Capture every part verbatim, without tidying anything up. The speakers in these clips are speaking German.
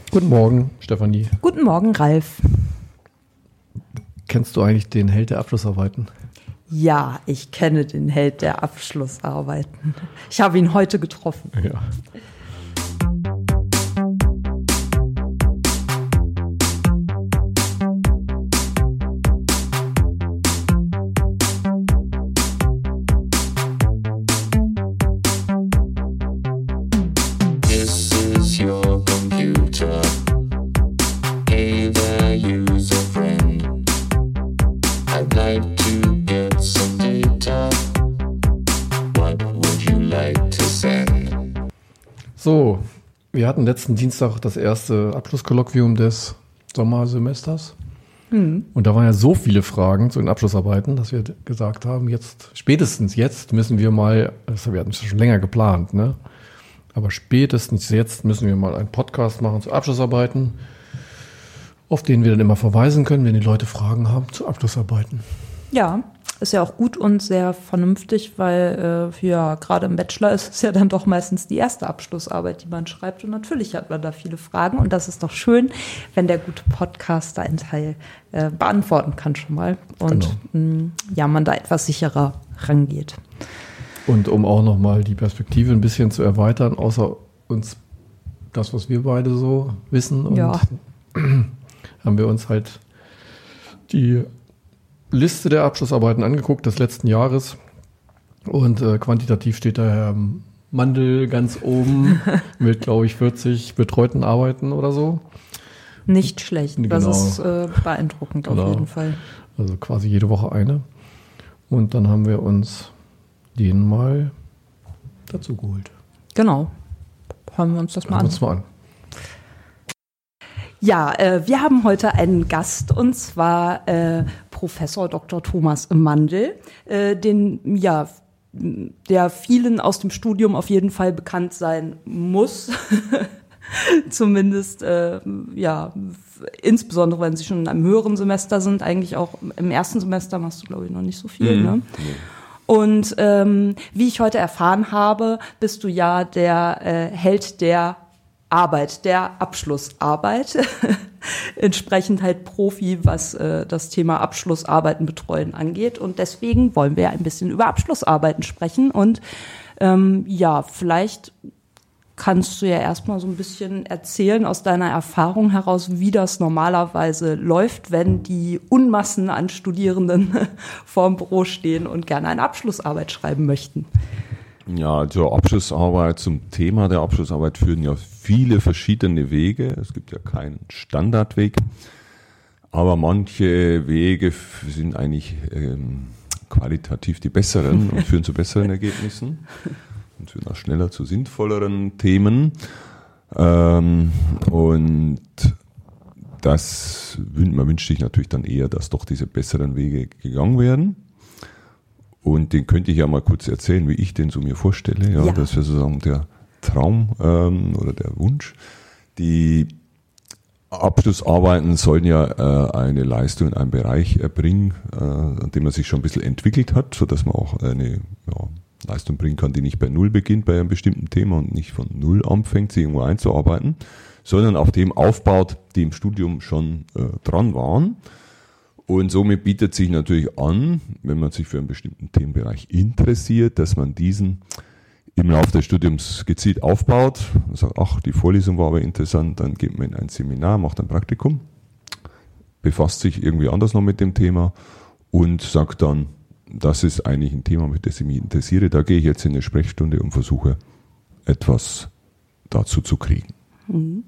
Guten Morgen, Stefanie. Guten Morgen, Ralf. Kennst du eigentlich den Held der Abschlussarbeiten? Ja, ich kenne den Held der Abschlussarbeiten. Ich habe ihn heute getroffen. Ja. So, wir hatten letzten Dienstag das erste Abschlusskolloquium des Sommersemesters. Mhm. Und da waren ja so viele Fragen zu den Abschlussarbeiten, dass wir gesagt haben, jetzt, spätestens jetzt müssen wir mal, das wir hatten schon länger geplant, ne? Aber spätestens jetzt müssen wir mal einen Podcast machen zu Abschlussarbeiten, auf den wir dann immer verweisen können, wenn die Leute Fragen haben zu Abschlussarbeiten. Ja, ist ja auch gut und sehr vernünftig, weil äh, ja, gerade im Bachelor ist es ja dann doch meistens die erste Abschlussarbeit, die man schreibt. Und natürlich hat man da viele Fragen. Und das ist doch schön, wenn der gute Podcaster einen Teil äh, beantworten kann schon mal. Und genau. mh, ja, man da etwas sicherer rangeht. Und um auch nochmal die Perspektive ein bisschen zu erweitern, außer uns das, was wir beide so wissen. Und ja. haben wir uns halt die Liste der Abschlussarbeiten angeguckt des letzten Jahres und äh, quantitativ steht da Herr Mandl ganz oben mit, glaube ich, vierzig betreuten Arbeiten oder so. Nicht schlecht, genau. Das ist äh, beeindruckend genau. auf jeden Fall. Also quasi jede Woche eine. Und dann haben wir uns den mal dazu geholt. Genau. Hören wir uns das mal Hören an. wir uns mal an. Ja, äh, wir haben heute einen Gast und zwar äh, Professor Doktor Thomas Mandl, äh, den ja der vielen aus dem Studium auf jeden Fall bekannt sein muss, zumindest äh, ja insbesondere wenn Sie schon in einem höheren Semester sind. Eigentlich auch im ersten Semester machst du glaube ich noch nicht so viel, mhm. ne? Nee. Und ähm, wie ich heute erfahren habe, bist du ja der äh, Held der Arbeit, der Abschlussarbeit, entsprechend halt Profi, was äh, das Thema Abschlussarbeiten betreuen angeht. Und deswegen wollen wir ein bisschen über Abschlussarbeiten sprechen. Und ähm, ja, vielleicht kannst du ja erstmal so ein bisschen erzählen aus deiner Erfahrung heraus, wie das normalerweise läuft, wenn die Unmassen an Studierenden vorm Büro stehen und gerne eine Abschlussarbeit schreiben möchten. Ja, zur Abschlussarbeit, zum Thema der Abschlussarbeit führen ja viele verschiedene Wege. Es gibt ja keinen Standardweg, aber manche Wege sind eigentlich ähm, qualitativ die besseren und führen zu besseren Ergebnissen und führen auch schneller zu sinnvolleren Themen. Ähm, und das, man wünscht sich natürlich dann eher, dass doch diese besseren Wege gegangen werden. Und den könnte ich ja mal kurz erzählen, wie ich den so mir vorstelle. Ja, ja. Das wäre sozusagen der Traum ähm, oder der Wunsch. Die Abschlussarbeiten sollen ja äh, eine Leistung in einem Bereich erbringen, äh, an dem man sich schon ein bisschen entwickelt hat, sodass man auch eine ja, Leistung bringen kann, die nicht bei Null beginnt bei einem bestimmten Thema und nicht von Null anfängt, sich irgendwo einzuarbeiten, sondern auf dem aufbaut, die im Studium schon äh, dran waren. Und somit bietet sich natürlich an, wenn man sich für einen bestimmten Themenbereich interessiert, dass man diesen im Laufe des Studiums gezielt aufbaut. Man sagt, ach, die Vorlesung war aber interessant, dann geht man in ein Seminar, macht ein Praktikum, befasst sich irgendwie anders noch mit dem Thema und sagt dann, das ist eigentlich ein Thema, mit dem ich mich interessiere, da gehe ich jetzt in eine Sprechstunde und versuche etwas dazu zu kriegen. Mhm.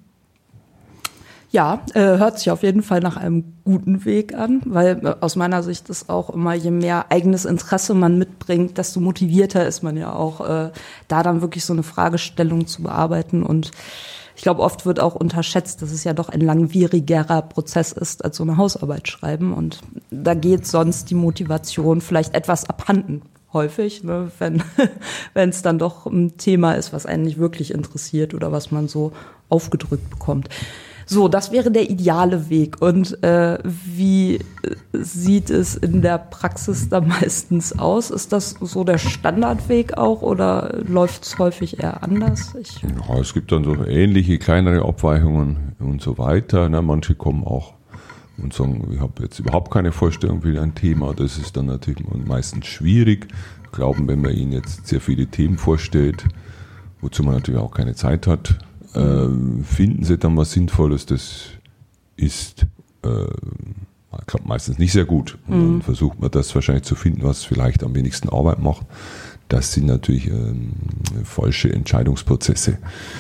Ja, äh, hört sich auf jeden Fall nach einem guten Weg an, weil äh, aus meiner Sicht ist auch immer, je mehr eigenes Interesse man mitbringt, desto motivierter ist man ja auch, äh, da dann wirklich so eine Fragestellung zu bearbeiten. Und ich glaube, oft wird auch unterschätzt, dass es ja doch ein langwierigerer Prozess ist, als so eine Hausarbeit schreiben. Und da geht sonst die Motivation vielleicht etwas abhanden. Häufig, ne, wenn wenn es dann doch ein Thema ist, was einen nicht wirklich interessiert oder was man so aufgedrückt bekommt. So, das wäre der ideale Weg. Und äh, wie sieht es in der Praxis da meistens aus? Ist das so der Standardweg auch oder läuft es häufig eher anders? Ich ja, es gibt dann so ähnliche kleinere Abweichungen und so weiter. Ne? Manche kommen auch und sagen, ich habe jetzt überhaupt keine Vorstellung für ein Thema. Das ist dann natürlich meistens schwierig. Glauben, wenn man ihnen jetzt sehr viele Themen vorstellt, wozu man natürlich auch keine Zeit hat, äh, finden sie dann was Sinnvolles. Das ist äh, klappt meistens nicht sehr gut. Und dann mhm. versucht man das wahrscheinlich zu finden, was vielleicht am wenigsten Arbeit macht. Das sind natürlich ähm, falsche Entscheidungsprozesse.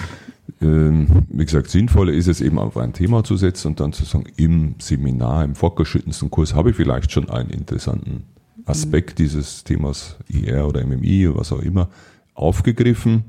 Ähm, wie gesagt, sinnvoller ist es eben auf ein Thema zu setzen und dann zu sagen, im Seminar, im fortgeschrittensten Kurs habe ich vielleicht schon einen interessanten Aspekt mhm. dieses Themas I R oder M M I oder was auch immer aufgegriffen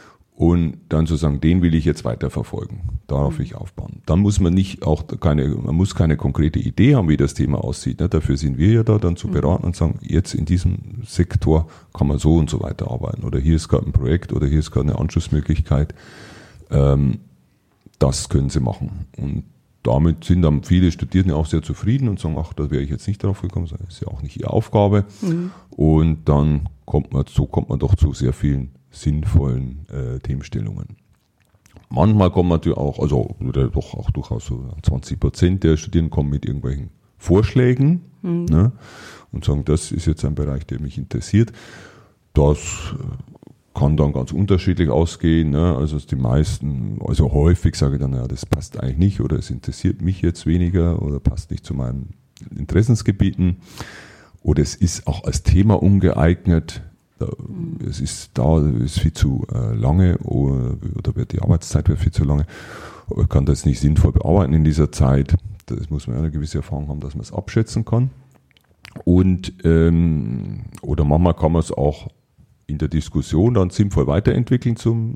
und dann zu sagen, den will ich jetzt weiter verfolgen. Darauf will ich aufbauen. Dann muss man nicht auch keine, man muss keine konkrete Idee haben, wie das Thema aussieht. Ne? Dafür sind wir ja da, dann zu beraten und sagen, jetzt in diesem Sektor kann man so und so weiter arbeiten. Oder hier ist gerade ein Projekt oder hier ist gerade eine Anschlussmöglichkeit. Ähm, das können sie machen. Und damit sind dann viele Studierende auch sehr zufrieden und sagen, ach, da wäre ich jetzt nicht drauf gekommen, das ist ja auch nicht ihre Aufgabe. Mhm. Und dann kommt man, so kommt man doch zu sehr vielen sinnvollen äh, Themenstellungen. Manchmal kommen natürlich auch, also oder doch auch durchaus so zwanzig Prozent der Studierenden kommen mit irgendwelchen Vorschlägen mhm. ne, und sagen, das ist jetzt ein Bereich, der mich interessiert. Das kann dann ganz unterschiedlich ausgehen. Ne? Also die meisten, also häufig sage ich dann, ja, das passt eigentlich nicht oder es interessiert mich jetzt weniger oder passt nicht zu meinen Interessensgebieten oder es ist auch als Thema ungeeignet. Mhm. Es ist da, es ist viel zu äh, lange oder, oder wird die Arbeitszeit wird viel zu lange. Man kann das nicht sinnvoll bearbeiten in dieser Zeit. Das muss man ja eine gewisse Erfahrung haben, dass man es abschätzen kann. Und ähm, oder manchmal kann man es auch in der Diskussion dann sinnvoll weiterentwickeln zum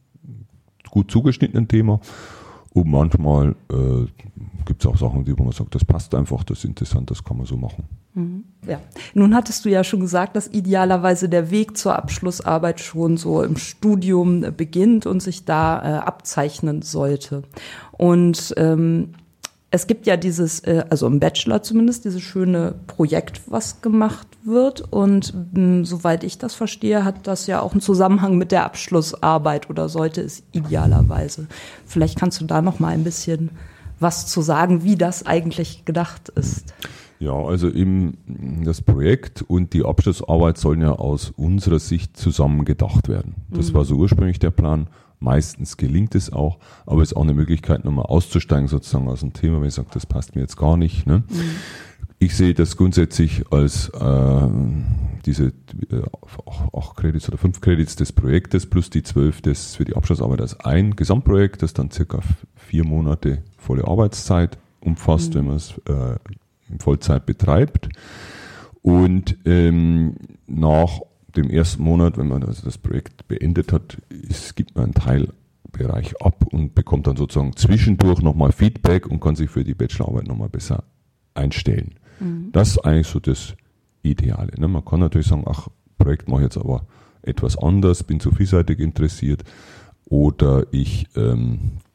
gut zugeschnittenen Thema. Und manchmal äh, gibt es auch Sachen, die, wo man sagt, das passt einfach, das ist interessant, das kann man so machen. Mhm. Ja. Nun hattest du ja schon gesagt, dass idealerweise der Weg zur Abschlussarbeit schon so im Studium äh, beginnt und sich da äh, abzeichnen sollte. Und ähm, es gibt ja dieses, äh, also im Bachelor zumindest, dieses schöne Projekt, was gemacht wird. Und mh, soweit ich das verstehe, hat das ja auch einen Zusammenhang mit der Abschlussarbeit oder sollte es idealerweise. Vielleicht kannst du da noch mal ein bisschen was zu sagen, wie das eigentlich gedacht ist. Ja, also im, das Projekt und die Abschlussarbeit sollen ja aus unserer Sicht zusammen gedacht werden. Das mhm. war so ursprünglich der Plan. Meistens gelingt es auch, aber es ist auch eine Möglichkeit, nochmal auszusteigen sozusagen aus dem Thema, wenn ich sage, das passt mir jetzt gar nicht. Ne? Mhm. Ich sehe das grundsätzlich als äh, diese äh, acht Credits oder fünf Credits des Projektes plus die zwölf des für die Abschlussarbeit als ein Gesamtprojekt, das dann circa vier Monate volle Arbeitszeit umfasst, mhm. wenn man es äh, in Vollzeit betreibt. Und ähm, nach dem ersten Monat, wenn man also das Projekt beendet hat, ist, gibt man einen Teilbereich ab und bekommt dann sozusagen zwischendurch nochmal Feedback und kann sich für die Bachelorarbeit nochmal besser einstellen. Mhm. Das ist eigentlich so das Ideale. Ne? Man kann natürlich sagen, ach, Projekt mache ich jetzt aber etwas anders, bin zu vielseitig interessiert oder ich ähm,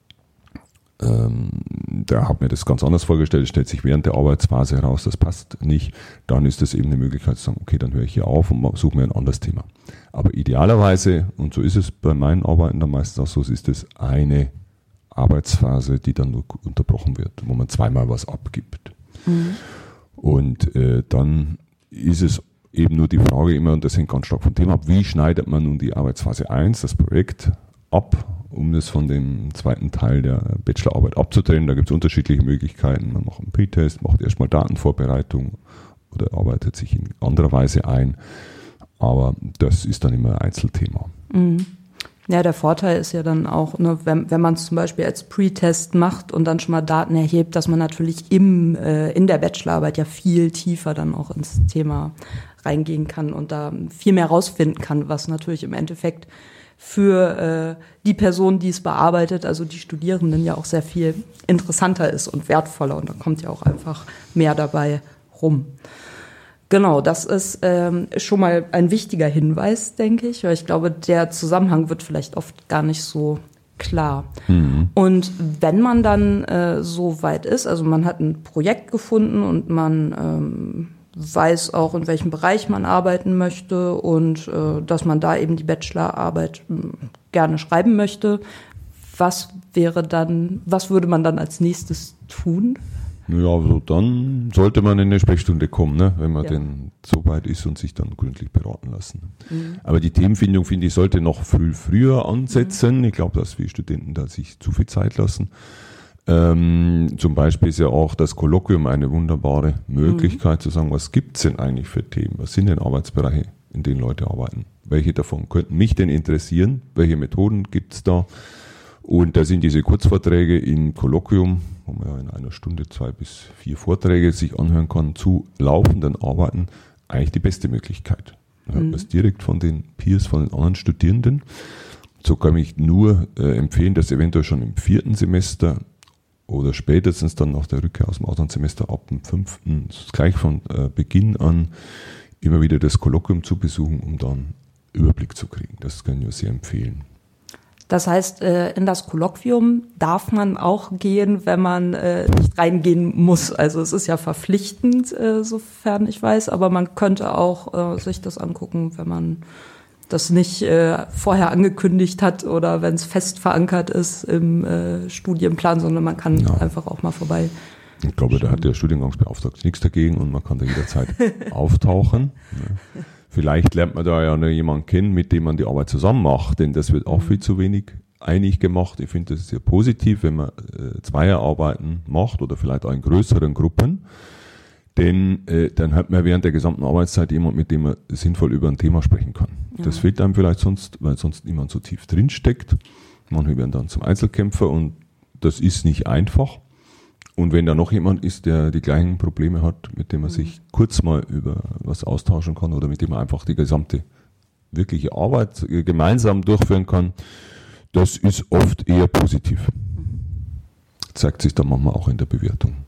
ähm, da habe mir das ganz anders vorgestellt, es stellt sich während der Arbeitsphase heraus, das passt nicht, dann ist das eben eine Möglichkeit zu sagen, okay, dann höre ich hier auf und suche mir ein anderes Thema. Aber idealerweise, und so ist es bei meinen Arbeiten dann meistens auch so, ist es eine Arbeitsphase, die dann nur unterbrochen wird, wo man zweimal was abgibt. Mhm. Und äh, dann ist es eben nur die Frage immer, und das hängt ganz stark vom Thema ab, wie schneidet man nun die Arbeitsphase eins, das Projekt, ab, um das von dem zweiten Teil der Bachelorarbeit abzutrennen. Da gibt es unterschiedliche Möglichkeiten. Man macht einen Pre-Test, macht erstmal Datenvorbereitung oder arbeitet sich in anderer Weise ein. Aber das ist dann immer ein Einzelthema. Mhm. Ja, der Vorteil ist ja dann auch, ne, wenn, wenn man es zum Beispiel als Pre-Test macht und dann schon mal Daten erhebt, dass man natürlich im, äh, in der Bachelorarbeit ja viel tiefer dann auch ins Thema reingehen kann und da viel mehr rausfinden kann, was natürlich im Endeffekt für äh, die Person, die es bearbeitet, also die Studierenden, ja auch sehr viel interessanter ist und wertvoller. Und da kommt ja auch einfach mehr dabei rum. Genau, das ist ähm, schon mal ein wichtiger Hinweis, denke ich. Weil ich glaube, der Zusammenhang wird vielleicht oft gar nicht so Klar. Mhm. Und wenn man dann äh, so weit ist, also man hat ein Projekt gefunden und man ähm, weiß auch, in welchem Bereich man arbeiten möchte und äh, dass man da eben die Bachelorarbeit äh, gerne schreiben möchte, was wäre dann, was würde man dann als nächstes tun? Ja, also dann sollte man in eine Sprechstunde kommen, ne? Wenn man Ja. denn so weit ist und sich dann gründlich beraten lassen. Mhm. Aber die Themenfindung, finde ich, sollte noch früh, früher ansetzen. Mhm. Ich glaube, dass wir Studenten da sich zu viel Zeit lassen. Ähm, zum Beispiel ist ja auch das Kolloquium eine wunderbare Möglichkeit, mhm. zu sagen, was gibt's denn eigentlich für Themen? Was sind denn Arbeitsbereiche, in denen Leute arbeiten? Welche davon könnten mich denn interessieren? Welche Methoden gibt's da? Und da sind diese Kurzvorträge im Kolloquium, wo man ja in einer Stunde zwei bis vier Vorträge sich anhören kann, zu laufenden Arbeiten eigentlich die beste Möglichkeit. Da hört man es direkt von den Peers, von den anderen Studierenden. So kann ich nur äh, empfehlen, dass eventuell schon im vierten Semester oder spätestens dann nach der Rückkehr aus dem Auslandssemester ab dem fünften gleich von äh, Beginn an immer wieder das Kolloquium zu besuchen, um dann Überblick zu kriegen. Das kann ich nur sehr empfehlen. Das heißt, in das Kolloquium darf man auch gehen, wenn man nicht reingehen muss. Also es ist ja verpflichtend, sofern ich weiß, aber man könnte auch sich das angucken, wenn man das nicht vorher angekündigt hat oder wenn es fest verankert ist im Studienplan, sondern man kann ja. einfach auch mal vorbei. Ich glaube, da hat der Studiengangsbeauftragte nichts dagegen und man kann da jederzeit auftauchen. Ja. Vielleicht lernt man da ja noch jemanden kennen, mit dem man die Arbeit zusammen macht, denn das wird auch viel zu wenig einig gemacht. Ich finde das sehr positiv, wenn man äh, Zweierarbeiten macht oder vielleicht auch in größeren Gruppen, denn äh, dann hat man während der gesamten Arbeitszeit jemanden, mit dem man sinnvoll über ein Thema sprechen kann. Ja. Das fehlt einem vielleicht sonst, weil sonst niemand so tief drin steckt. Manche werden dann zum Einzelkämpfer und das ist nicht einfach. Und wenn da noch jemand ist, der die gleichen Probleme hat, mit dem man sich kurz mal über was austauschen kann oder mit dem man einfach die gesamte wirkliche Arbeit gemeinsam durchführen kann, das ist oft eher positiv. Zeigt sich dann manchmal auch in der Bewertung.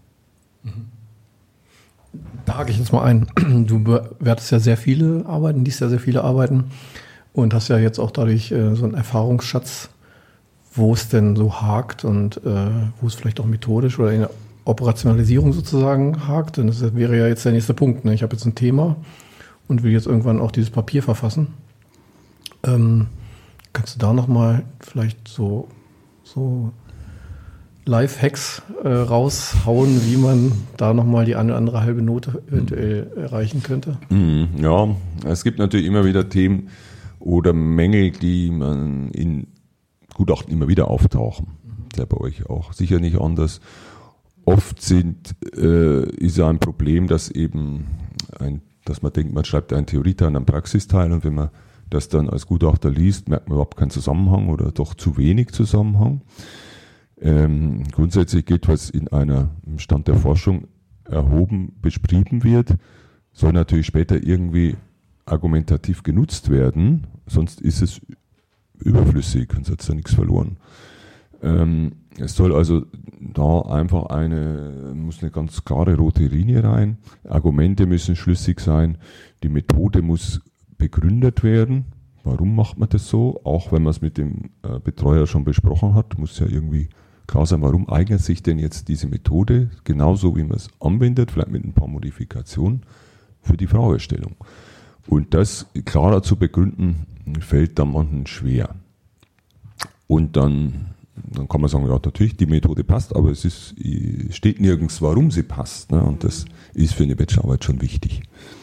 Da hake ich jetzt mal ein. Du bewertest ja sehr viele Arbeiten, liest ja sehr viele Arbeiten und hast ja jetzt auch dadurch äh, so einen Erfahrungsschatz, wo es denn so hakt und äh, wo es vielleicht auch methodisch oder in der Operationalisierung sozusagen hakt. Denn das wäre ja jetzt der nächste Punkt. Ne? Ich habe jetzt ein Thema und will jetzt irgendwann auch dieses Papier verfassen. Ähm, kannst du da nochmal vielleicht so, so Life-Hacks äh, raushauen, wie man da nochmal die eine oder andere halbe Note eventuell erreichen könnte? Ja, es gibt natürlich immer wieder Themen oder Mängel, die man in Gutachten immer wieder auftauchen. Das ist ja bei euch auch sicher nicht anders. Oft sind, äh, ist ja ein Problem, dass eben ein, dass man denkt, man schreibt einen Theorieteil und einen Praxisteil und wenn man das dann als Gutachter liest, merkt man überhaupt keinen Zusammenhang oder doch zu wenig Zusammenhang. Ähm, grundsätzlich geht, was in einer im Stand der Forschung erhoben, beschrieben wird, soll natürlich später irgendwie argumentativ genutzt werden, sonst ist es überflüssig, sonst hat es da nichts verloren. Ähm, es soll also da einfach eine, muss eine ganz klare rote Linie rein, Argumente müssen schlüssig sein, die Methode muss begründet werden. Warum macht man das so? Auch wenn man es mit dem äh, Betreuer schon besprochen hat, muss ja irgendwie klar sein, warum eignet sich denn jetzt diese Methode, genauso wie man es anwendet, vielleicht mit ein paar Modifikationen für die Fragestellung. Und das klarer zu begründen, fällt dann manchen schwer. Und dann, dann kann man sagen, ja natürlich, die Methode passt, aber es ist, steht nirgends, warum sie passt. Ne? Und das ist für eine Bachelorarbeit schon wichtig.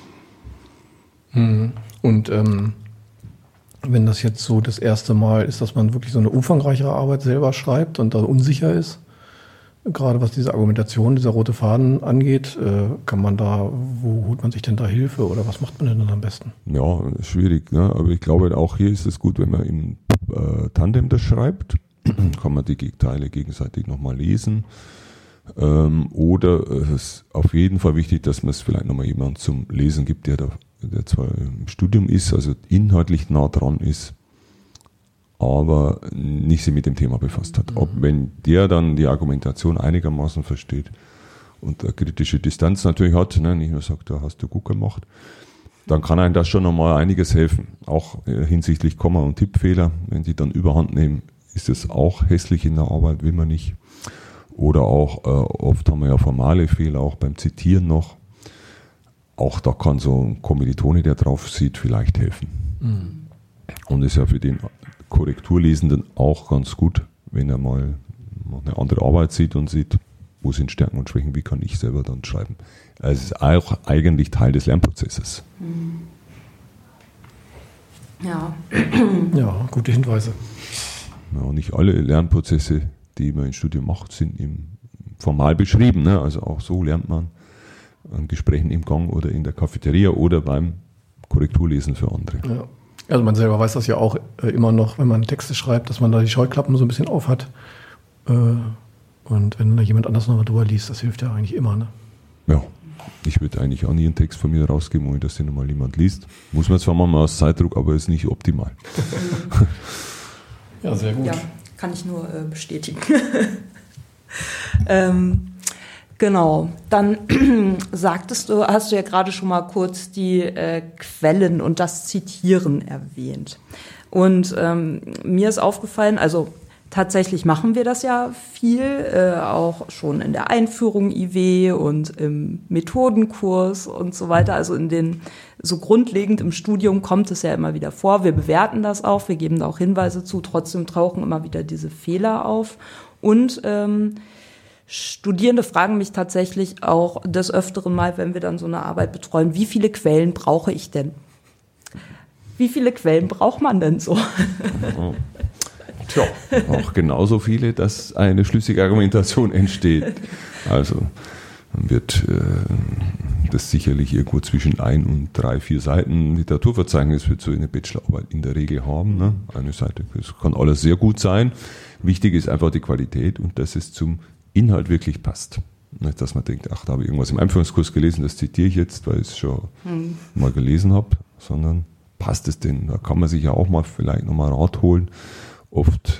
Und ähm, wenn das jetzt so das erste Mal ist, dass man wirklich so eine umfangreichere Arbeit selber schreibt und da unsicher ist, gerade was diese Argumentation, dieser rote Faden angeht, äh, kann man da, wo holt man sich denn da Hilfe oder was macht man denn dann am besten? Ja, schwierig, ne? Aber ich glaube, auch hier ist es gut, wenn man im äh, Tandem das schreibt, kann man die Teile gegenseitig nochmal lesen. Ähm, oder es ist auf jeden Fall wichtig, dass man es vielleicht nochmal jemand zum Lesen gibt, der da, der zwar im Studium ist, also inhaltlich nah dran ist, aber nicht sich mit dem Thema befasst hat. Ob wenn der dann die Argumentation einigermaßen versteht und eine kritische Distanz natürlich hat, ne, nicht nur sagt, da hast du gut gemacht, dann kann einem das schon nochmal einiges helfen. Auch äh, hinsichtlich Komma- und Tippfehler, wenn die dann überhand nehmen, ist es auch hässlich in der Arbeit, will man nicht. Oder auch, äh, oft haben wir ja formale Fehler, auch beim Zitieren noch. Auch da kann so ein Kommilitone, der drauf sieht, vielleicht helfen. Mhm. Und ist ja für den Korrekturlesenden auch ganz gut, wenn er mal eine andere Arbeit sieht und sieht, wo sind Stärken und Schwächen, wie kann ich selber dann schreiben. Also es ist auch eigentlich Teil des Lernprozesses. Ja. Ja, gute Hinweise. Ja, nicht alle Lernprozesse, die man im Studium macht, sind im formal beschrieben. Ne? Also auch so lernt man an Gesprächen im Gang oder in der Cafeteria oder beim Korrekturlesen für andere. Ja. Also man selber weiß das ja auch äh, immer noch, wenn man Texte schreibt, dass man da die Scheuklappen so ein bisschen auf hat. Äh, und wenn da jemand anders noch mal drüber liest, das hilft ja eigentlich immer. Ne? Ja, ich würde eigentlich auch nie einen Text von mir rausgeben, ohne dass den nochmal jemand liest. Muss man zwar mal aus Zeitdruck, aber ist nicht optimal. Ja, sehr gut. Ja, kann ich nur äh, bestätigen. ähm, genau, dann sagtest du, hast du ja gerade schon mal kurz die äh, Quellen und das Zitieren erwähnt. Und ähm, mir ist aufgefallen, also tatsächlich machen wir das ja viel, äh, auch schon in der Einführung I W und im Methodenkurs und so weiter. Also in den, so grundlegend im Studium kommt es ja immer wieder vor. Wir bewerten das auch, wir geben da auch Hinweise zu. Trotzdem tauchen immer wieder diese Fehler auf. Und ähm, Studierende fragen mich tatsächlich auch des Öfteren mal, wenn wir dann so eine Arbeit betreuen, wie viele Quellen brauche ich denn? Wie viele Quellen braucht man denn so? Oh. Tja, auch genauso viele, dass eine schlüssige Argumentation entsteht. Also dann wird äh, das sicherlich irgendwo zwischen ein und drei, vier Seiten Literaturverzeichnis wird so eine Bachelorarbeit in der Regel haben. Ne? Eine Seite, das kann alles sehr gut sein. Wichtig ist einfach die Qualität und dass es zum Inhalt wirklich passt. Nicht, dass man denkt, ach, da habe ich irgendwas im Einführungskurs gelesen, das zitiere ich jetzt, weil ich es schon hm. mal gelesen habe, sondern passt es denn? Da kann man sich ja auch mal vielleicht nochmal Rat holen. Oft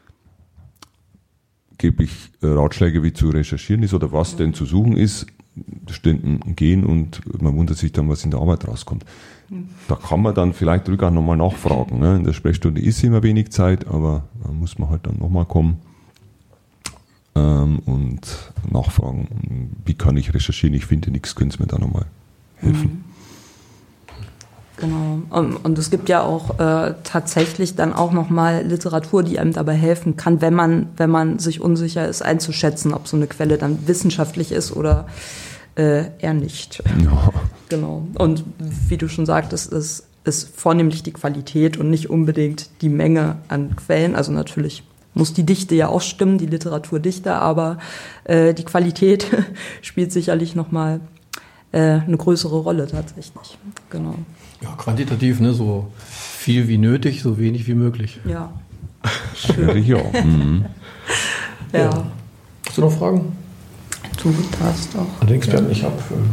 gebe ich Ratschläge, wie zu recherchieren ist oder was denn zu suchen ist, Studenten gehen und man wundert sich dann, was in der Arbeit rauskommt. Da kann man dann vielleicht sogar nochmal nachfragen. Ne? In der Sprechstunde ist immer wenig Zeit, aber da muss man halt dann nochmal kommen ähm, und nachfragen, wie kann ich recherchieren, ich finde nichts, können Sie mir da nochmal helfen. Mhm. Genau. Und, und es gibt ja auch äh, tatsächlich dann auch nochmal Literatur, die einem dabei helfen kann, wenn man, wenn man sich unsicher ist, einzuschätzen, ob so eine Quelle dann wissenschaftlich ist oder äh, eher nicht. Ja. Genau. Und wie du schon sagtest, ist, ist vornehmlich die Qualität und nicht unbedingt die Menge an Quellen. Also natürlich muss die Dichte ja auch stimmen, die Literaturdichte, aber äh, die Qualität spielt sicherlich nochmal äh, eine größere Rolle tatsächlich. Genau. Ja, quantitativ, ne, so viel wie nötig, so wenig wie möglich. Ja. Schön. Ja. Mhm. Ja. Ja. Hast du noch Fragen? Du darfst auch. An den Experten, ich habe für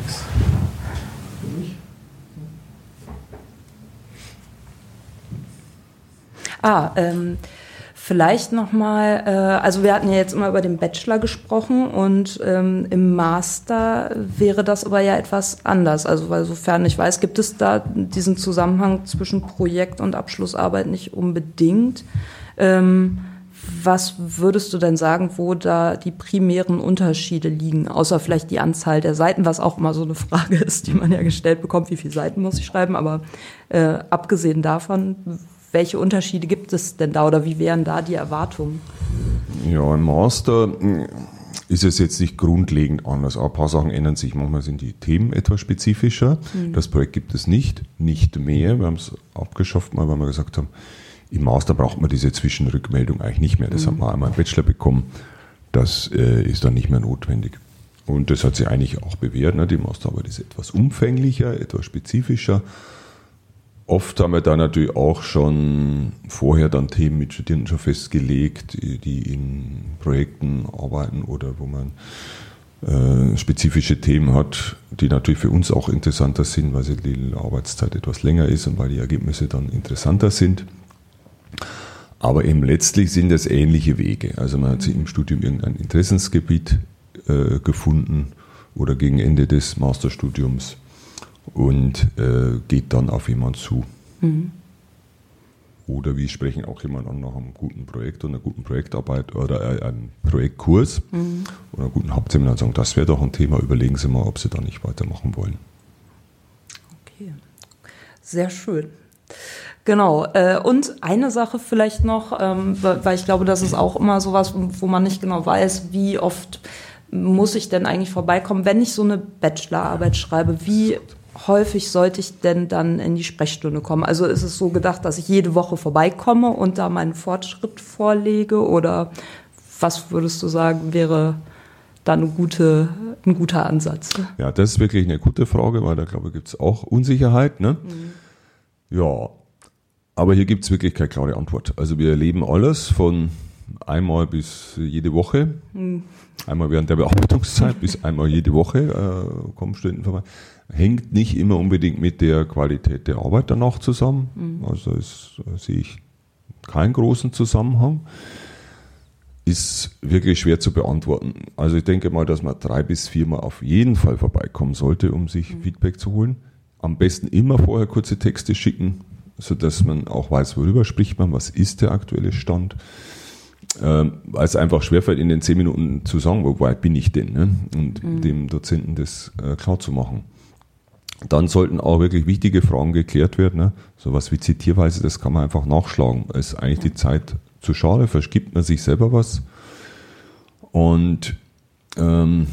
Ah, ähm, vielleicht nochmal, äh, also wir hatten ja jetzt immer über den Bachelor gesprochen und ähm, im Master wäre das aber ja etwas anders. Also weil sofern ich weiß, gibt es da diesen Zusammenhang zwischen Projekt und Abschlussarbeit nicht unbedingt. Ähm, was würdest du denn sagen, wo da die primären Unterschiede liegen, außer vielleicht die Anzahl der Seiten, was auch immer so eine Frage ist, die man ja gestellt bekommt, wie viele Seiten muss ich schreiben, aber äh, abgesehen davon, welche Unterschiede gibt es denn da oder wie wären da die Erwartungen? Ja, im Master ist es jetzt nicht grundlegend anders. Ein paar Sachen ändern sich. Manchmal sind die Themen etwas spezifischer. Mhm. Das Projekt gibt es nicht, nicht mehr. Wir haben es abgeschafft, mal, weil wir gesagt haben, im Master braucht man diese Zwischenrückmeldung eigentlich nicht mehr. Das mhm. hat man einmal im Bachelor bekommen. Das äh, ist dann nicht mehr notwendig. Und das hat sich eigentlich auch bewährt. Ne? Die Masterarbeit ist etwas umfänglicher, etwas spezifischer. Oft haben wir da natürlich auch schon vorher dann Themen mit Studierenden schon festgelegt, die in Projekten arbeiten oder wo man äh, spezifische Themen hat, die natürlich für uns auch interessanter sind, weil die Arbeitszeit etwas länger ist und weil die Ergebnisse dann interessanter sind. Aber eben letztlich sind es ähnliche Wege. Also man hat sich im Studium irgendein Interessensgebiet äh, gefunden oder gegen Ende des Masterstudiums und äh, geht dann auf jemanden zu. Mhm. Oder wie sprechen auch jemand an nach einem guten Projekt oder einer guten Projektarbeit oder einem Projektkurs mhm. oder einem guten Hauptseminar und sagen, das wäre doch ein Thema, überlegen Sie mal, ob Sie da nicht weitermachen wollen. Okay, sehr schön. Genau, äh, und eine Sache vielleicht noch, ähm, weil ich glaube, das ist auch immer sowas, wo man nicht genau weiß, wie oft muss ich denn eigentlich vorbeikommen, wenn ich so eine Bachelorarbeit schreibe, wie häufig sollte ich denn dann in die Sprechstunde kommen? Also ist es so gedacht, dass ich jede Woche vorbeikomme und da meinen Fortschritt vorlege oder was würdest du sagen, wäre da eine gute, ein guter Ansatz? Ja, das ist wirklich eine gute Frage, weil da glaube ich gibt es auch Unsicherheit, ne? Mhm. Ja, aber hier gibt es wirklich keine klare Antwort. Also wir erleben alles von einmal bis jede Woche, mhm. einmal während der Bearbeitungszeit bis einmal jede Woche äh, kommen Studenten vorbei. Hängt nicht immer unbedingt mit der Qualität der Arbeit danach zusammen. Mhm. Also das äh, sehe ich keinen großen Zusammenhang. Ist wirklich schwer zu beantworten. Also ich denke mal, dass man drei bis viermal auf jeden Fall vorbeikommen sollte, um sich mhm. Feedback zu holen. Am besten immer vorher kurze Texte schicken, sodass man auch weiß, worüber spricht man, was ist der aktuelle Stand. Ähm, weil es einfach schwerfällt, in den zehn Minuten zu sagen, wo weit bin ich denn, ne? Und mhm. dem Dozenten das äh, klar zu machen. Dann sollten auch wirklich wichtige Fragen geklärt werden. Ne? Sowas wie Zitierweise, das kann man einfach nachschlagen. Es ist eigentlich die Zeit zu schade, verschgibt man sich selber was. Und ähm,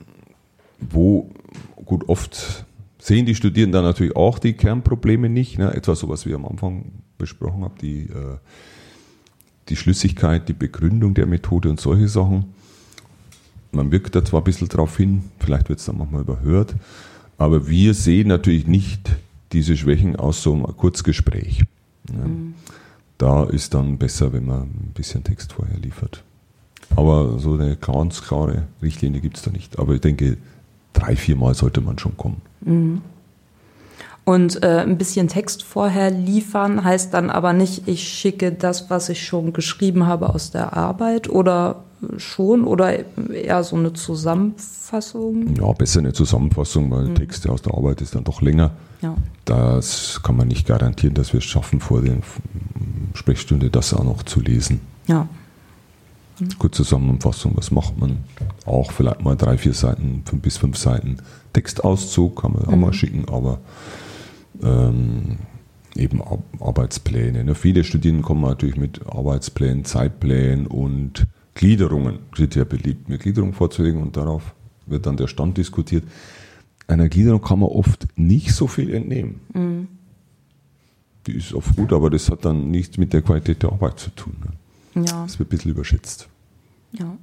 wo, gut, oft sehen die Studierenden dann natürlich auch die Kernprobleme nicht. Ne? Etwa sowas, wie ich am Anfang besprochen habe, die, äh, die Schlüssigkeit, die Begründung der Methode und solche Sachen. Man wirkt da zwar ein bisschen drauf hin, vielleicht wird es dann manchmal überhört, aber wir sehen natürlich nicht diese Schwächen aus so einem Kurzgespräch. Ja. Mhm. Da ist dann besser, wenn man ein bisschen Text vorher liefert. Aber so eine ganz klare Richtlinie gibt es da nicht. Aber ich denke, drei, vier Mal sollte man schon kommen. Mhm. Und äh, ein bisschen Text vorher liefern heißt dann aber nicht, ich schicke das, was ich schon geschrieben habe, aus der Arbeit oder schon oder eher so eine Zusammenfassung? Ja, besser eine Zusammenfassung, weil mhm. Texte aus der Arbeit ist dann doch länger. Ja. Das kann man nicht garantieren, dass wir es schaffen, vor der Sprechstunde das auch noch zu lesen. Ja. Mhm. Kurze Zusammenfassung, was macht man? Auch vielleicht mal drei, vier Seiten, fünf bis fünf Seiten Textauszug, kann man mhm. auch mal schicken, aber ähm, eben Ar- Arbeitspläne. Ne? Viele Studierenden kommen natürlich mit Arbeitsplänen, Zeitplänen und Gliederungen, sind ja beliebt, mir Gliederungen vorzulegen und darauf wird dann der Stand diskutiert. Einer Gliederung kann man oft nicht so viel entnehmen. Mhm. Die ist oft gut, aber das hat dann nichts mit der Qualität der Arbeit zu tun. Ne? Ja. Das wird ein bisschen überschätzt. Ja.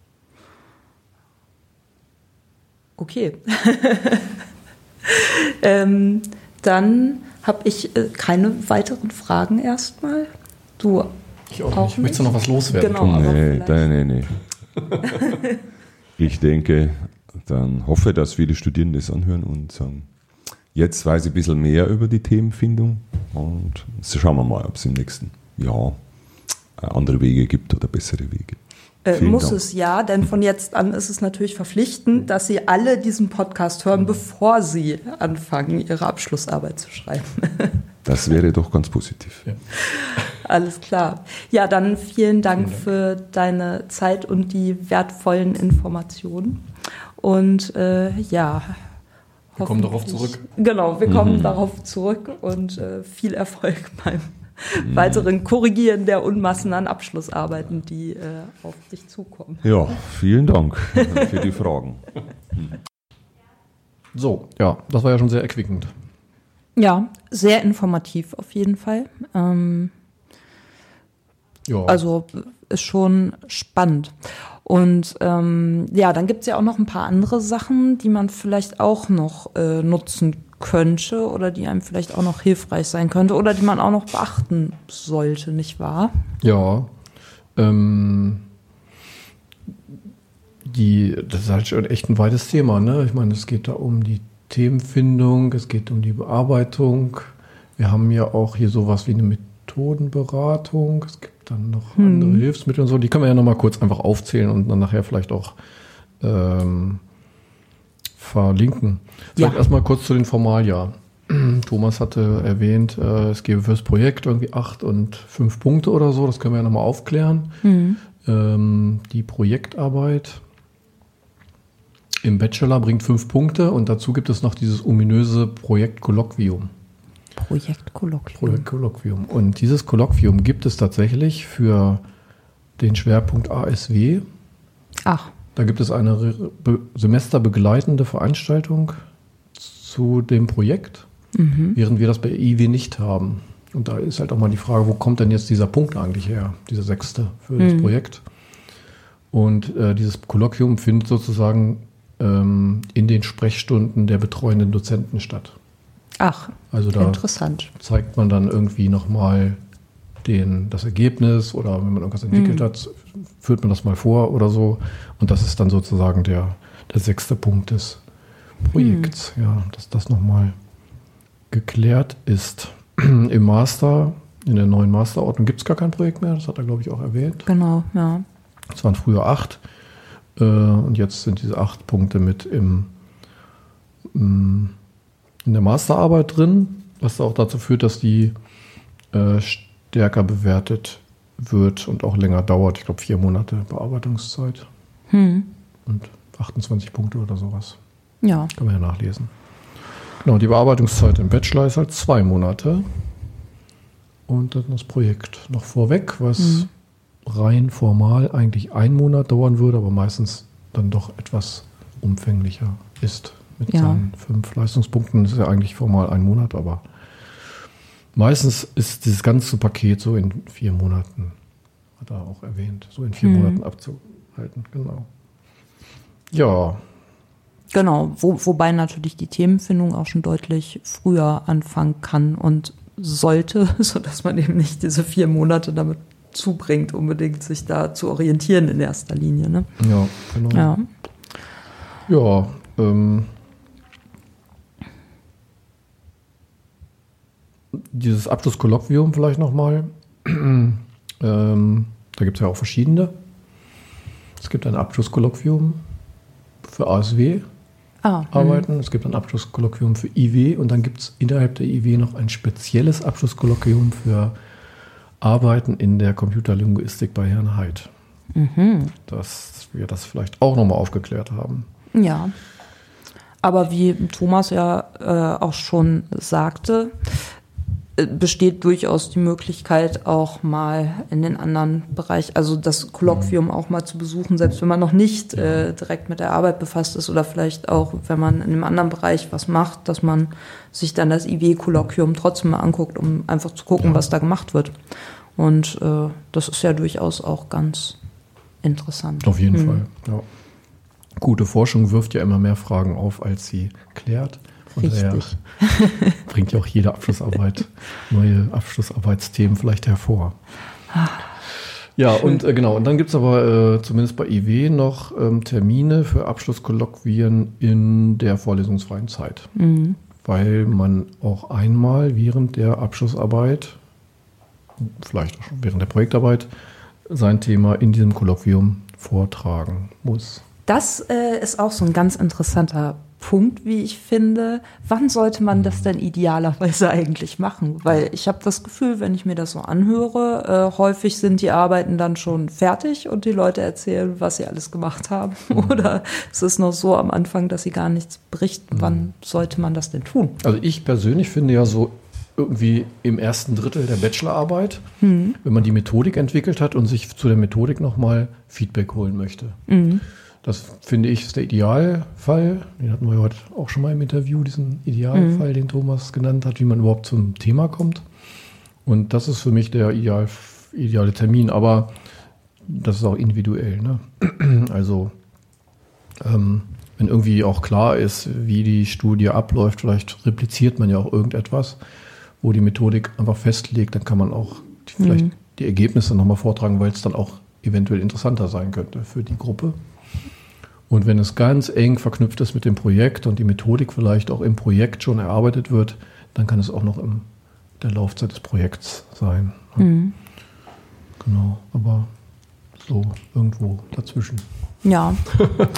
Okay. ähm, dann habe ich äh, keine weiteren Fragen erstmal. Du Ich auch, auch nicht. Möchtest du noch was loswerden? Genau, nee, nee, nee. Ich denke, dann hoffe, dass viele Studierende das anhören und sagen, jetzt weiß ich ein bisschen mehr über die Themenfindung und schauen wir mal, ob es im nächsten Jahr andere Wege gibt oder bessere Wege. Äh, muss Dank. Es ja, denn von jetzt an ist es natürlich verpflichtend, dass Sie alle diesen Podcast hören, bevor Sie anfangen, Ihre Abschlussarbeit zu schreiben. Das wäre doch ganz positiv. Ja. Alles klar. Ja, dann vielen Dank, vielen Dank für deine Zeit und die wertvollen Informationen. Und äh, ja, wir kommen darauf zurück. Genau, wir kommen mhm. darauf zurück und äh, viel Erfolg beim mhm. weiteren Korrigieren der Unmassen an Abschlussarbeiten, die äh, auf dich zukommen. Ja, vielen Dank für die Fragen. So, ja, das war ja schon sehr erquickend. Ja, sehr informativ auf jeden Fall. Ähm, ja. Also ist schon spannend. Und ähm, ja, dann gibt es ja auch noch ein paar andere Sachen, die man vielleicht auch noch äh, nutzen könnte oder die einem vielleicht auch noch hilfreich sein könnte oder die man auch noch beachten sollte, nicht wahr? Ja, ähm, die, das ist halt schon echt ein weites Thema, ne? Ich meine, es geht da um die Themenfindung, es geht um die Bearbeitung. Wir haben ja auch hier sowas wie eine Methodenberatung. Es gibt dann noch hm. andere Hilfsmittel und so. Die können wir ja nochmal kurz einfach aufzählen und dann nachher vielleicht auch ähm, verlinken. Vielleicht ja. erstmal kurz zu den Formalia. Thomas hatte erwähnt, äh, es gäbe fürs Projekt irgendwie acht und fünf Punkte oder so. Das können wir ja nochmal aufklären. Mhm. Ähm, die Projektarbeit im Bachelor bringt fünf Punkte und dazu gibt es noch dieses ominöse Projektkolloquium. Projektkolloquium. Projektkolloquium. Und dieses Kolloquium gibt es tatsächlich für den Schwerpunkt A S W. Ach. Da gibt es eine re- semesterbegleitende Veranstaltung zu dem Projekt, mhm. während wir das bei I W nicht haben. Und da ist halt auch mal die Frage, wo kommt denn jetzt dieser Punkt eigentlich her, dieser sechste für mhm. das Projekt? Und äh, dieses Kolloquium findet sozusagen ähm, in den Sprechstunden der betreuenden Dozenten statt. Ach, also da interessant. Zeigt man dann irgendwie nochmal den, das Ergebnis oder wenn man irgendwas entwickelt mhm. hat, führt man das mal vor oder so. Und das ist dann sozusagen der, der sechste Punkt des Projekts. Mhm. Ja, dass das nochmal geklärt ist. Im Master, in der neuen Masterordnung gibt es gar kein Projekt mehr. Das hat er, glaube ich, auch erwähnt. Genau, ja. Es waren früher acht. Äh, und jetzt sind diese acht Punkte mit im, im in der Masterarbeit drin, was auch dazu führt, dass die äh, stärker bewertet wird und auch länger dauert. Ich glaube, vier Monate Bearbeitungszeit hm. und achtundzwanzig Punkte oder sowas. Ja. Kann man ja nachlesen. Genau, die Bearbeitungszeit im Bachelor ist halt zwei Monate. Und dann das Projekt noch vorweg, was hm. rein formal eigentlich ein Monat dauern würde, aber meistens dann doch etwas umfänglicher ist. Mit ja. seinen fünf Leistungspunkten. Das ist ja eigentlich formal ein Monat, aber meistens ist dieses ganze Paket so in vier Monaten, hat er auch erwähnt, so in vier mhm. Monaten abzuhalten. Genau. Ja. Genau, wo, wobei natürlich die Themenfindung auch schon deutlich früher anfangen kann und sollte, sodass man eben nicht diese vier Monate damit zubringt, unbedingt sich da zu orientieren in erster Linie. Ne? Ja, genau. Ja, ja ähm, dieses Abschlusskolloquium vielleicht nochmal. ähm, da gibt es ja auch verschiedene. Es gibt ein Abschlusskolloquium für A S W ah, arbeiten. Mh. Es gibt ein Abschlusskolloquium für I W und dann gibt es innerhalb der I W noch ein spezielles Abschlusskolloquium für Arbeiten in der Computerlinguistik bei Herrn Heid. Mhm. Dass wir das vielleicht auch nochmal aufgeklärt haben. Ja, aber wie Thomas ja äh, auch schon sagte, besteht durchaus die Möglichkeit, auch mal in den anderen Bereich, also das Kolloquium auch mal zu besuchen, selbst wenn man noch nicht äh, direkt mit der Arbeit befasst ist oder vielleicht auch, wenn man in einem anderen Bereich was macht, dass man sich dann das I W-Kolloquium trotzdem mal anguckt, um einfach zu gucken, ja. was da gemacht wird. Und äh, das ist ja durchaus auch ganz interessant. Auf jeden hm. Fall, ja. Gute Forschung wirft ja immer mehr Fragen auf, als sie klärt. Von Richtig. daher bringt ja auch jede Abschlussarbeit neue Abschlussarbeitsthemen vielleicht hervor. Ja, schön. Und äh, genau, und dann gibt es aber äh, zumindest bei I W noch ähm, Termine für Abschlusskolloquien in der vorlesungsfreien Zeit. Mhm. Weil man auch einmal während der Abschlussarbeit, vielleicht auch schon während der Projektarbeit, sein Thema in diesem Kolloquium vortragen muss. Das äh, ist auch so ein ganz interessanter Punkt, wie ich finde. Wann sollte man das denn idealerweise eigentlich machen? Weil ich habe das Gefühl, wenn ich mir das so anhöre, äh, häufig sind die Arbeiten dann schon fertig und die Leute erzählen, was sie alles gemacht haben. Oder es ist noch so am Anfang, dass sie gar nichts berichten. Wann sollte man das denn tun? Also ich persönlich finde ja so irgendwie im ersten Drittel der Bachelorarbeit, mhm. wenn man die Methodik entwickelt hat und sich zu der Methodik nochmal Feedback holen möchte. Mhm. Das finde ich ist der Idealfall. Den hatten wir heute auch schon mal im Interview, diesen Idealfall, mhm. den Thomas genannt hat, wie man überhaupt zum Thema kommt. Und das ist für mich der ideal, ideale Termin. Aber das ist auch individuell. Ne? Also ähm, wenn irgendwie auch klar ist, wie die Studie abläuft, vielleicht repliziert man ja auch irgendetwas, wo die Methodik einfach festlegt, dann kann man auch die, vielleicht mhm. die Ergebnisse nochmal vortragen, weil es dann auch eventuell interessanter sein könnte für die Gruppe. Und wenn es ganz eng verknüpft ist mit dem Projekt und die Methodik vielleicht auch im Projekt schon erarbeitet wird, dann kann es auch noch in der Laufzeit des Projekts sein. Mhm. Genau, aber so irgendwo dazwischen. Ja,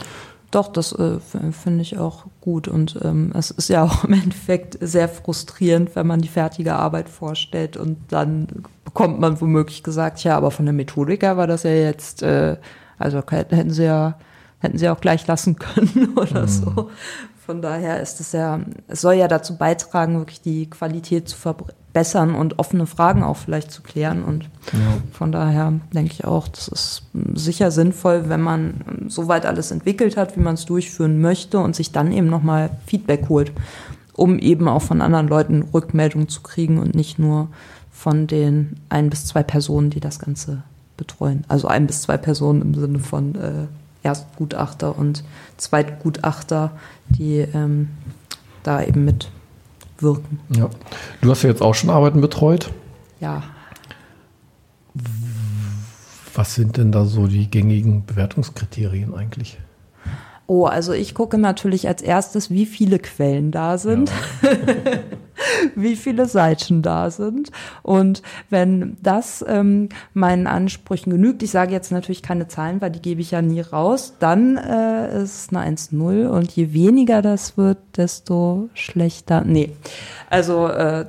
Doch, das äh, finde ich auch gut und ähm, es ist ja auch im Endeffekt sehr frustrierend, wenn man die fertige Arbeit vorstellt und dann bekommt man womöglich gesagt, ja, aber von der Methodik her war das ja jetzt, äh, also hätten sie ja, hätten sie auch gleich lassen können oder mhm. so. Von daher ist es ja, es soll ja dazu beitragen, wirklich die Qualität zu verbessern und offene Fragen auch vielleicht zu klären. Und ja. von daher denke ich auch, das ist sicher sinnvoll, wenn man soweit alles entwickelt hat, wie man es durchführen möchte und sich dann eben nochmal Feedback holt, um eben auch von anderen Leuten Rückmeldungen zu kriegen und nicht nur von den ein bis zwei Personen, die das Ganze betreuen. Also ein bis zwei Personen im Sinne von äh, Erstgutachter und Zweitgutachter, die ähm, da eben mitwirken. Ja. Du hast ja jetzt auch schon Arbeiten betreut. Ja. Was sind denn da so die gängigen Bewertungskriterien eigentlich? Oh, also ich gucke natürlich als erstes, wie viele Quellen da sind, ja. wie viele Seiten da sind. Und wenn das ähm, meinen Ansprüchen genügt, ich sage jetzt natürlich keine Zahlen, weil die gebe ich ja nie raus, dann äh, ist es eine eins null und je weniger das wird, desto schlechter. Nee, also äh,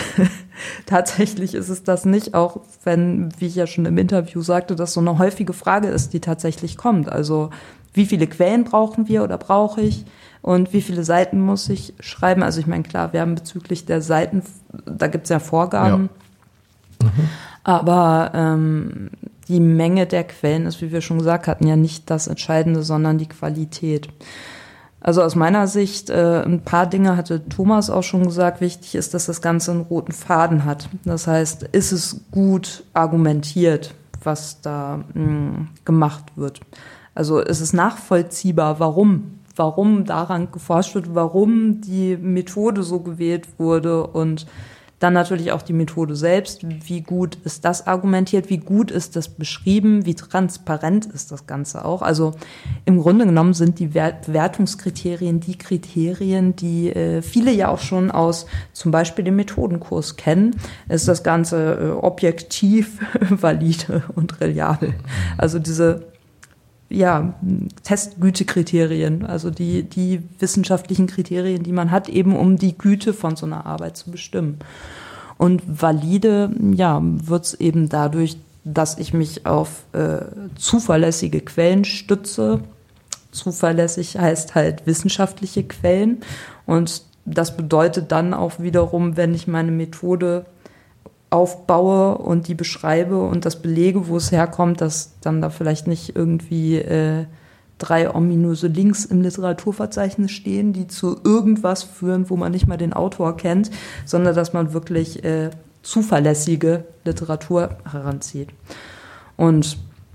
tatsächlich ist es das nicht, auch wenn, wie ich ja schon im Interview sagte, das so eine häufige Frage ist, die tatsächlich kommt. Also wie viele Quellen brauchen wir oder brauche ich und wie viele Seiten muss ich schreiben? Also ich meine, klar, wir haben bezüglich der Seiten, da gibt es ja Vorgaben, ja. Mhm. aber ähm, die Menge der Quellen ist, wie wir schon gesagt hatten, ja nicht das Entscheidende, sondern die Qualität. Also aus meiner Sicht, äh, ein paar Dinge hatte Thomas auch schon gesagt, wichtig ist, dass das Ganze einen roten Faden hat. Das heißt, ist es gut argumentiert, was da mh, gemacht wird? Also ist es nachvollziehbar, warum, warum daran geforscht wird, warum die Methode so gewählt wurde und dann natürlich auch die Methode selbst, wie gut ist das argumentiert, wie gut ist das beschrieben, wie transparent ist das Ganze auch. Also im Grunde genommen sind die Bewertungskriterien die Kriterien, die äh, viele ja auch schon aus zum Beispiel dem Methodenkurs kennen. Ist das Ganze äh, objektiv, valide und reliabel. Also diese ja, Testgütekriterien, also die, die wissenschaftlichen Kriterien, die man hat, eben um die Güte von so einer Arbeit zu bestimmen. Und valide, ja, wird's eben dadurch, dass ich mich auf äh, zuverlässige Quellen stütze. Zuverlässig heißt halt wissenschaftliche Quellen. Und das bedeutet dann auch wiederum, wenn ich meine Methode aufbaue und die beschreibe und das belege, wo es herkommt, dass dann da vielleicht nicht irgendwie äh, drei ominöse Links im Literaturverzeichnis stehen, die zu irgendwas führen, wo man nicht mal den Autor kennt, sondern dass man wirklich äh, zuverlässige Literatur heranzieht. Und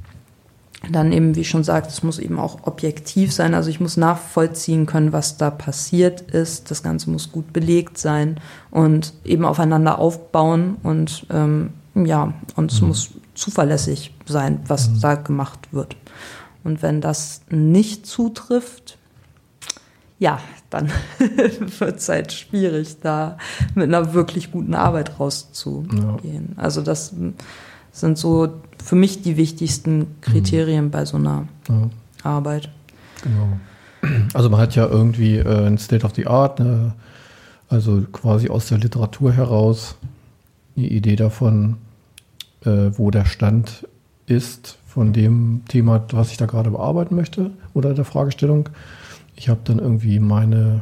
dann eben, wie ich schon sagte, es muss eben auch objektiv sein, also ich muss nachvollziehen können, was da passiert ist, das Ganze muss gut belegt sein und eben aufeinander aufbauen und ähm, ja, und es mhm. muss zuverlässig sein, was mhm. da gemacht wird. Und wenn das nicht zutrifft, ja, dann wird es halt schwierig, da mit einer wirklich guten Arbeit rauszugehen. Ja. Also das sind so für mich die wichtigsten Kriterien mhm. bei so einer ja. Arbeit. Genau. Also man hat ja irgendwie äh, ein State of the Art, ne? Also quasi aus der Literatur heraus eine Idee davon, äh, wo der Stand ist von dem Thema, was ich da gerade bearbeiten möchte oder der Fragestellung. Ich habe dann irgendwie meine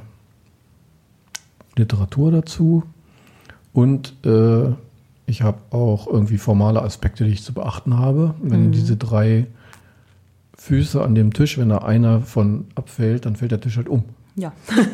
Literatur dazu und äh, ich habe auch irgendwie formale Aspekte, die ich zu beachten habe. Wenn mhm. diese drei Füße an dem Tisch, wenn da einer von abfällt, dann fällt der Tisch halt um. Ja.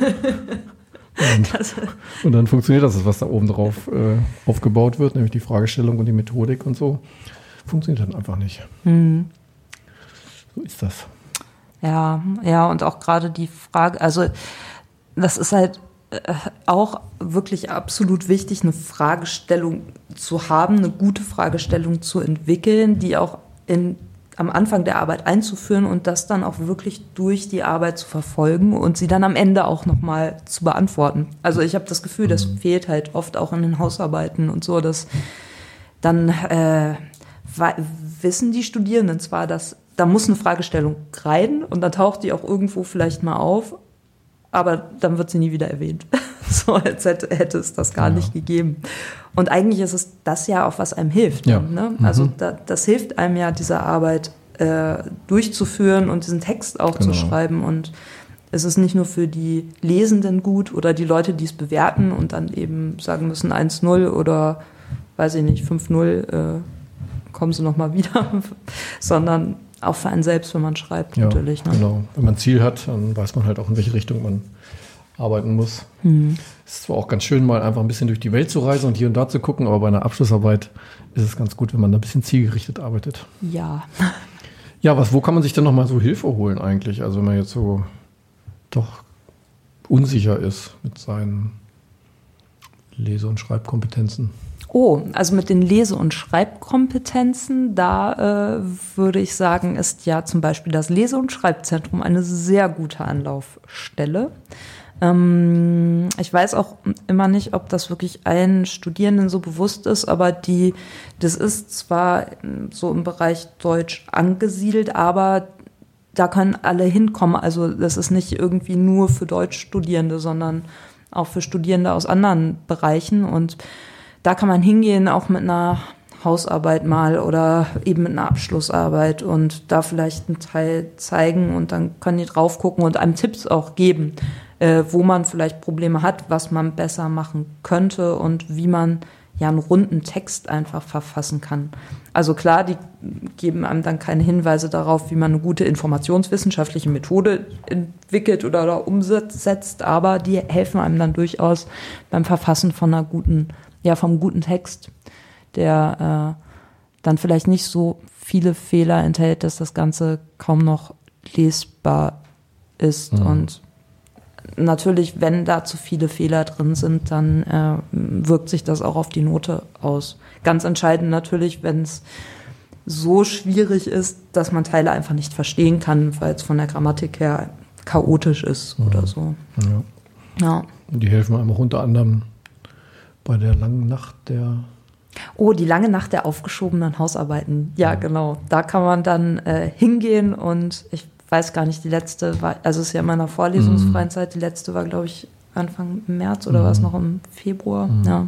und, und dann funktioniert das, was da oben drauf äh, aufgebaut wird, nämlich die Fragestellung und die Methodik und so. Funktioniert dann einfach nicht. Mhm. So ist das. Ja, ja, und auch gerade die Frage, also das ist halt auch wirklich absolut wichtig, eine Fragestellung zu haben, eine gute Fragestellung zu entwickeln, die auch in, am Anfang der Arbeit einzuführen und das dann auch wirklich durch die Arbeit zu verfolgen und sie dann am Ende auch nochmal zu beantworten. Also ich habe das Gefühl, das fehlt halt oft auch in den Hausarbeiten und so, dass dann äh, wissen die Studierenden zwar, dass da muss eine Fragestellung rein und dann taucht die auch irgendwo vielleicht mal auf, aber dann wird sie nie wieder erwähnt. So als hätte, hätte es das gar ja. nicht gegeben. Und eigentlich ist es das ja auch, was einem hilft. Ja. Ne? Mhm. Also da, das hilft einem ja, diese Arbeit äh, durchzuführen und diesen Text auch genau. zu schreiben. Und es ist nicht nur für die Lesenden gut oder die Leute, die es bewerten und dann eben sagen müssen eins null oder, weiß ich nicht, fünf null, äh, kommen sie nochmal wieder, sondern auch für einen selbst, wenn man schreibt, ja, natürlich. Ne? Genau. Wenn man ein Ziel hat, dann weiß man halt auch, in welche Richtung man arbeiten muss. Hm. Es ist zwar auch ganz schön, mal einfach ein bisschen durch die Welt zu reisen und hier und da zu gucken, aber bei einer Abschlussarbeit ist es ganz gut, wenn man da ein bisschen zielgerichtet arbeitet. Ja. Ja, was, wo kann man sich denn nochmal so Hilfe holen eigentlich? Also wenn man jetzt so doch unsicher ist mit seinen Lese- und Schreibkompetenzen. Oh, also mit den Lese- und Schreibkompetenzen, da äh, würde ich sagen, ist ja zum Beispiel das Lese- und Schreibzentrum eine sehr gute Anlaufstelle. Ähm, ich weiß auch immer nicht, ob das wirklich allen Studierenden so bewusst ist, aber die, das ist zwar so im Bereich Deutsch angesiedelt, aber da können alle hinkommen. Also das ist nicht irgendwie nur für Deutschstudierende, sondern auch für Studierende aus anderen Bereichen. Und da kann man hingehen, auch mit einer Hausarbeit mal oder eben mit einer Abschlussarbeit und da vielleicht einen Teil zeigen und dann können die drauf gucken und einem Tipps auch geben, äh, wo man vielleicht Probleme hat, was man besser machen könnte und wie man ja einen runden Text einfach verfassen kann. Also klar, die geben einem dann keine Hinweise darauf, wie man eine gute informationswissenschaftliche Methode entwickelt oder, oder umsetzt, aber die helfen einem dann durchaus beim Verfassen von einer guten ja, vom guten Text, der äh, dann vielleicht nicht so viele Fehler enthält, dass das Ganze kaum noch lesbar ist. Mhm. Und natürlich, wenn da zu viele Fehler drin sind, dann äh, wirkt sich das auch auf die Note aus. Ganz entscheidend natürlich, wenn es so schwierig ist, dass man Teile einfach nicht verstehen kann, weil es von der Grammatik her chaotisch ist mhm. oder so. Ja. Ja. Und die helfen einem auch unter anderem bei der langen Nacht der... Oh, die lange Nacht der aufgeschobenen Hausarbeiten. Ja, ja. genau. Da kann man dann äh, hingehen und ich weiß gar nicht, die letzte war, also es ist ja in meiner vorlesungsfreien mm. Zeit, die letzte war, glaube ich, Anfang März oder mm. war es noch im Februar. Mm. Ja.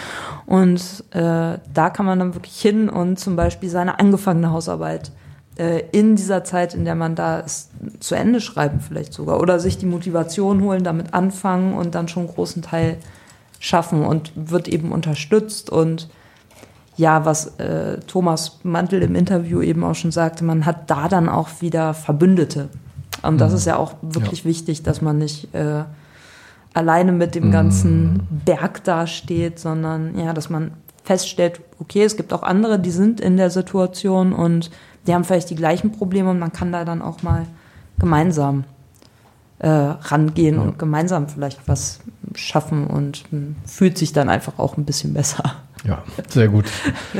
Und äh, da kann man dann wirklich hin und zum Beispiel seine angefangene Hausarbeit äh, in dieser Zeit, in der man da ist, zu Ende schreiben vielleicht sogar oder sich die Motivation holen, damit anfangen und dann schon einen großen Teil schaffen und wird eben unterstützt und ja, was äh, Thomas Mantel im Interview eben auch schon sagte, man hat da dann auch wieder Verbündete. Und das mhm. ist ja auch wirklich ja. wichtig, dass man nicht äh, alleine mit dem ganzen mhm. Berg dasteht, sondern ja, dass man feststellt, okay, es gibt auch andere, die sind in der Situation und die haben vielleicht die gleichen Probleme und man kann da dann auch mal gemeinsam Äh, rangehen ja. und gemeinsam vielleicht was schaffen und m, fühlt sich dann einfach auch ein bisschen besser. Ja, sehr gut.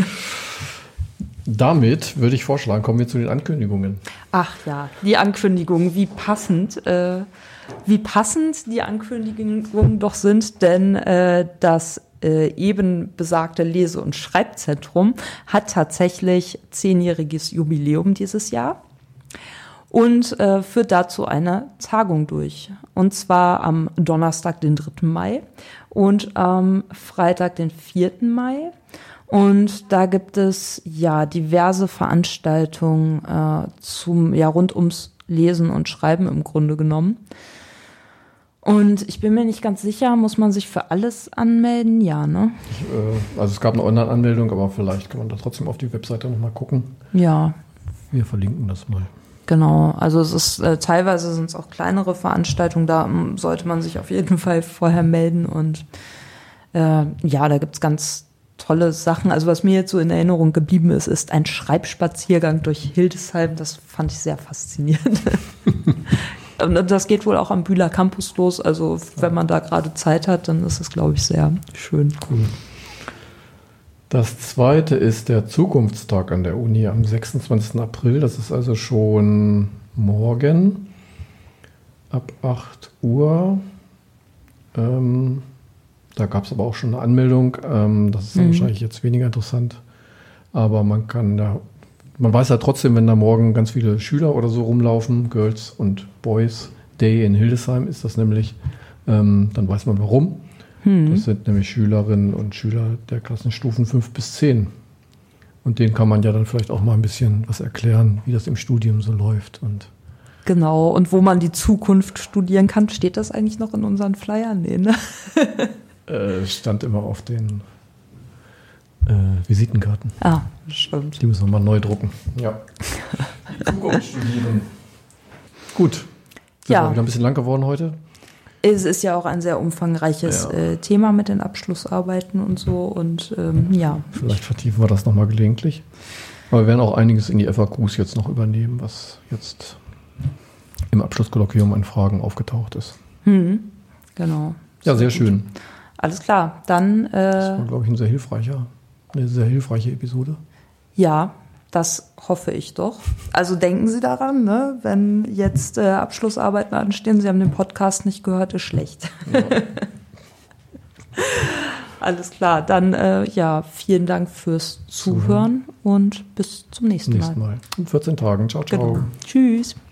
Damit würde ich vorschlagen, kommen wir zu den Ankündigungen. Ach ja, die Ankündigungen, wie passend, äh, wie passend die Ankündigungen doch sind, denn äh, das äh, eben besagte Lese- und Schreibzentrum hat tatsächlich zehnjähriges Jubiläum dieses Jahr. Und äh, führt dazu eine Tagung durch. Und zwar am Donnerstag, den dritten Mai und am Freitag, den vierten Mai. Und da gibt es ja diverse Veranstaltungen äh, zum ja rund ums Lesen und Schreiben im Grunde genommen. Und ich bin mir nicht ganz sicher, muss man sich für alles anmelden? Ja, ne? Ich, äh, also es gab eine Online-Anmeldung, aber vielleicht kann man da trotzdem auf die Webseite nochmal gucken. Ja. Wir verlinken das mal. Genau, also es ist äh, teilweise sind es auch kleinere Veranstaltungen, da um, sollte man sich auf jeden Fall vorher melden und äh, ja, da gibt's ganz tolle Sachen. Also was mir jetzt so in Erinnerung geblieben ist, ist ein Schreibspaziergang durch Hildesheim, das fand ich sehr faszinierend. Das geht wohl auch am Bühler Campus los, also wenn man da gerade Zeit hat, dann ist es, glaube ich, sehr schön. Cool. Das zweite ist der Zukunftstag an der Uni am sechsundzwanzigsten April. Das ist also schon morgen ab acht Uhr. Ähm, da gab es aber auch schon eine Anmeldung. Ähm, das ist dann mhm. wahrscheinlich jetzt weniger interessant. Aber man kann da man weiß ja trotzdem, wenn da morgen ganz viele Schüler oder so rumlaufen, Girls und Boys Day in Hildesheim ist das nämlich, ähm, dann weiß man warum. Hm. Das sind nämlich Schülerinnen und Schüler der Klassenstufen fünf bis zehn. Und denen kann man ja dann vielleicht auch mal ein bisschen was erklären, wie das im Studium so läuft. Und genau, und wo man die Zukunft studieren kann, steht das eigentlich noch in unseren Flyern? Nee, ne? äh, stand immer auf den äh, Visitenkarten. Ah, stimmt. Die müssen wir mal neu drucken. Ja. Die Zukunft studieren. Gut. Sind ja. wir wieder ein bisschen lang geworden heute? Es ist ja auch ein sehr umfangreiches ja. äh, Thema mit den Abschlussarbeiten und so. Und ähm, ja. Vielleicht vertiefen wir das nochmal gelegentlich. Aber wir werden auch einiges in die F A Qs jetzt noch übernehmen, was jetzt im Abschlusskolloquium an Fragen aufgetaucht ist. Hm, genau. Ja, sehr schön. Alles klar, dann... Äh, das war, glaube ich, ein sehr hilfreicher, eine sehr hilfreiche Episode. Ja, das hoffe ich doch. Also denken Sie daran, ne? Wenn jetzt äh, Abschlussarbeiten anstehen, Sie haben den Podcast nicht gehört, ist schlecht. Ja. Alles klar, dann äh, ja, vielen Dank fürs Zuhören, Zuhören und bis zum nächsten, nächsten Mal. Mal. In vierzehn Tagen. Ciao, ciao. Genau. Tschüss.